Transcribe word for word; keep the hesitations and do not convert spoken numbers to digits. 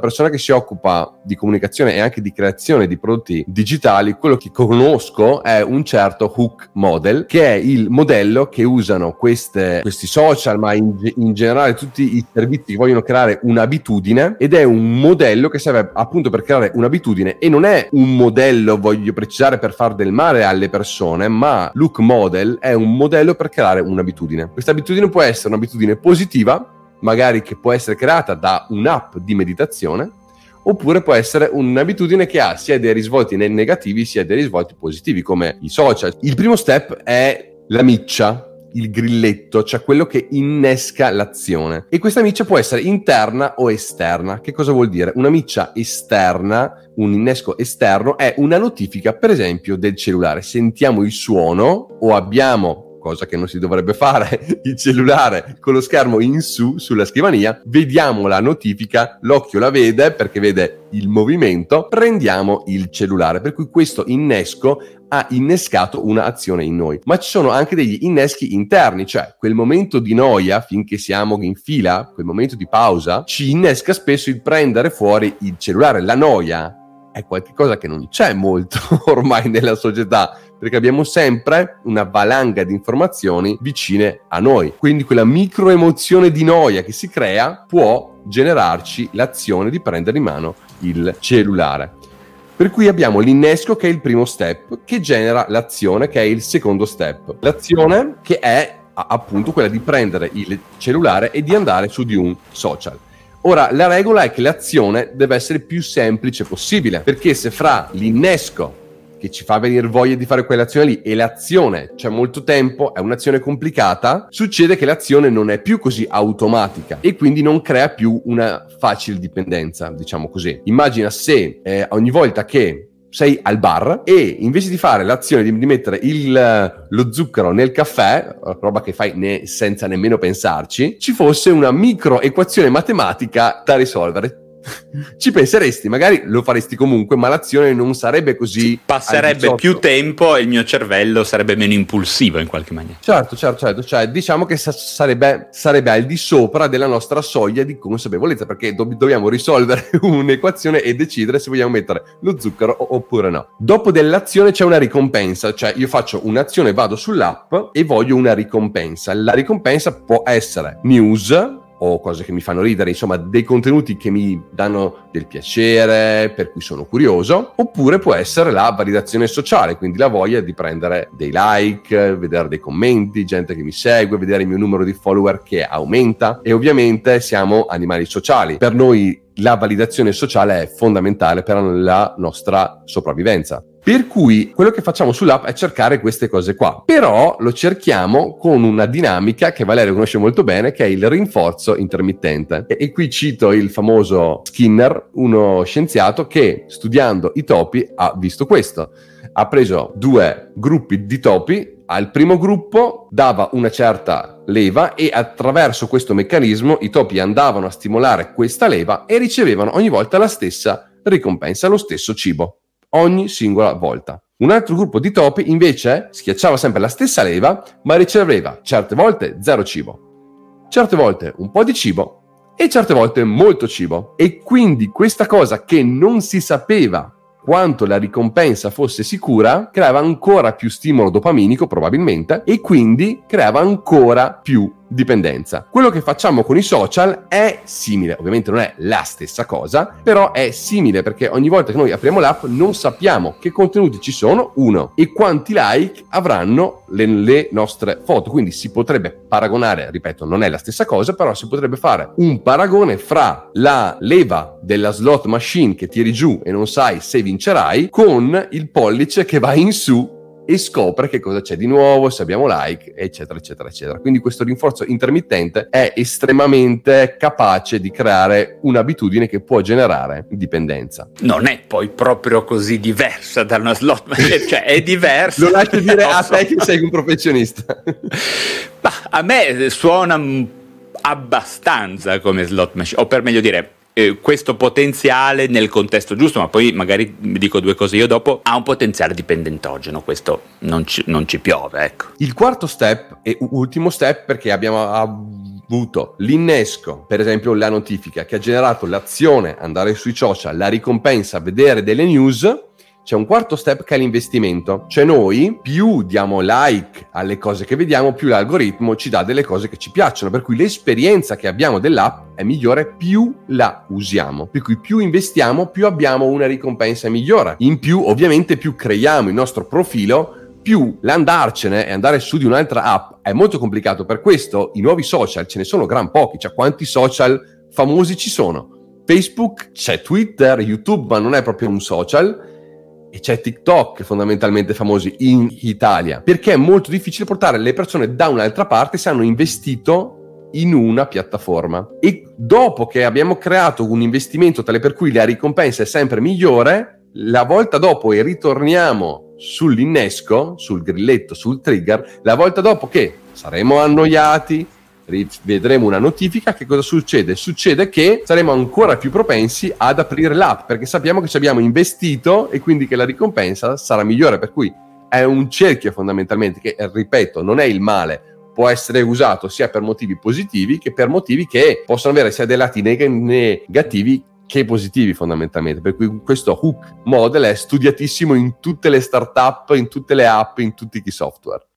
persona che si occupa di comunicazione e anche di creazione di prodotti digitali, quello che conosco è un certo hook model, che è il modello che usano queste, questi social, ma in, in generale tutti i servizi che vogliono creare un'abitudine, ed è un modello che serve appunto per creare un'abitudine, e non è un modello, voglio precisare, per far del male alle persone, ma l'hook model è un modello per creare un'abitudine. Questa abitudine può essere un'abitudine positiva, magari che può essere creata da un'app di meditazione, oppure può essere un'abitudine che ha sia dei risvolti negativi sia dei risvolti positivi, come i social. Il primo step è la miccia, il grilletto, cioè quello che innesca l'azione, e questa miccia può essere interna o esterna. Che cosa vuol dire? Una miccia esterna, un innesco esterno, è una notifica, per esempio, del cellulare. Sentiamo il suono o abbiamo, cosa che non si dovrebbe fare, il cellulare con lo schermo in su sulla scrivania, vediamo la notifica, l'occhio la vede perché vede il movimento, prendiamo il cellulare, per cui questo innesco ha innescato un'azione in noi. Ma ci sono anche degli inneschi interni, cioè quel momento di noia finché siamo in fila, quel momento di pausa, ci innesca spesso il prendere fuori il cellulare. La noia è qualcosa che non c'è molto ormai nella società, perché abbiamo sempre una valanga di informazioni vicine a noi. Quindi quella microemozione di noia che si crea può generarci l'azione di prendere in mano il cellulare. Per cui abbiamo l'innesco, che è il primo step, che genera l'azione, che è il secondo step. L'azione che è appunto quella di prendere il cellulare e di andare su di un social. Ora, la regola è che l'azione deve essere più semplice possibile, perché se fra l'innesco che ci fa venire voglia di fare quell'azione lì e l'azione c'è molto tempo, è un'azione complicata, succede che l'azione non è più così automatica e quindi non crea più una facile dipendenza, diciamo così. Immagina se eh, ogni volta che sei al bar e invece di fare l'azione di, di mettere il, lo zucchero nel caffè, roba che fai ne, senza nemmeno pensarci, ci fosse una microequazione matematica da risolvere. Ci penseresti, magari lo faresti comunque, ma l'azione non sarebbe così. Sì, passerebbe più tempo e il mio cervello sarebbe meno impulsivo in qualche maniera. Certo, certo, certo. Cioè, diciamo che sa- sarebbe, sarebbe al di sopra della nostra soglia di consapevolezza, perché do- dobbiamo risolvere un'equazione e decidere se vogliamo mettere lo zucchero o- oppure no. Dopo dell'azione c'è una ricompensa, cioè io faccio un'azione, vado sull'app e voglio una ricompensa. La ricompensa può essere news o cose che mi fanno ridere, insomma dei contenuti che mi danno del piacere, per cui sono curioso, oppure può essere la validazione sociale, quindi la voglia di prendere dei like, vedere dei commenti, gente che mi segue, vedere il mio numero di follower che aumenta. E ovviamente siamo animali sociali, per noi la validazione sociale è fondamentale per la nostra sopravvivenza. Per cui quello che facciamo sull'app è cercare queste cose qua, però lo cerchiamo con una dinamica che Valerio conosce molto bene, che è il rinforzo intermittente. E, e qui cito il famoso Skinner, uno scienziato che studiando i topi ha visto questo. Ha preso due gruppi di topi, al primo gruppo dava una certa leva e attraverso questo meccanismo i topi andavano a stimolare questa leva e ricevevano ogni volta la stessa ricompensa, lo stesso cibo, ogni singola volta. Un altro gruppo di topi invece schiacciava sempre la stessa leva, ma riceveva certe volte zero cibo, certe volte un po' di cibo e certe volte molto cibo. E quindi questa cosa, che non si sapeva quanto la ricompensa fosse sicura, creava ancora più stimolo dopaminico probabilmente, e quindi creava ancora più dipendenza. Quello che facciamo con i social è simile, ovviamente non è la stessa cosa, però è simile, perché ogni volta che noi apriamo l'app non sappiamo che contenuti ci sono, uno, e quanti like avranno le, le nostre foto, quindi si potrebbe paragonare, ripeto, non è la stessa cosa, però si potrebbe fare un paragone fra la leva della slot machine che tiri giù e non sai se vincerai, con il pollice che va in su e scopre che cosa c'è di nuovo, se abbiamo like, eccetera, eccetera, eccetera. Quindi questo rinforzo intermittente è estremamente capace di creare un'abitudine che può generare dipendenza. Non è poi proprio così diversa da una slot machine, cioè è diversa. Lo lascio dire a te che sei un professionista. Ma a me suona abbastanza come slot machine, o per meglio dire, Eh, questo potenziale nel contesto giusto, ma poi magari mi dico due cose io dopo, ha un potenziale dipendentogeno, questo non ci, non ci piove, ecco. Il quarto step e ultimo step, perché abbiamo avuto l'innesco, per esempio la notifica che ha generato l'azione, andare sui social, la ricompensa, vedere delle news, c'è un quarto step che è l'investimento. Cioè noi più diamo like alle cose che vediamo, più l'algoritmo ci dà delle cose che ci piacciono, per cui l'esperienza che abbiamo dell'app è migliore più la usiamo, per cui più investiamo più abbiamo una ricompensa migliore. In più ovviamente più creiamo il nostro profilo, più l'andarcene e andare su di un'altra app è molto complicato. Per questo i nuovi social ce ne sono gran pochi. Cioè quanti social famosi ci sono? Facebook, c'è Twitter, YouTube ma non è proprio un social, e c'è TikTok fondamentalmente famosi in Italia, perché è molto difficile portare le persone da un'altra parte se hanno investito in una piattaforma. E dopo che abbiamo creato un investimento tale per cui la ricompensa è sempre migliore, la volta dopo e ritorniamo sull'innesco, sul grilletto, sul trigger, la volta dopo che saremo annoiati, vedremo una notifica, che cosa succede? Succede che saremo ancora più propensi ad aprire l'app, perché sappiamo che ci abbiamo investito e quindi che la ricompensa sarà migliore, per cui è un cerchio fondamentalmente che, ripeto, non è il male, può essere usato sia per motivi positivi che per motivi che possono avere sia dei lati neg- negativi che positivi fondamentalmente, per cui questo hook model è studiatissimo in tutte le startup, in tutte le app, in tutti i software.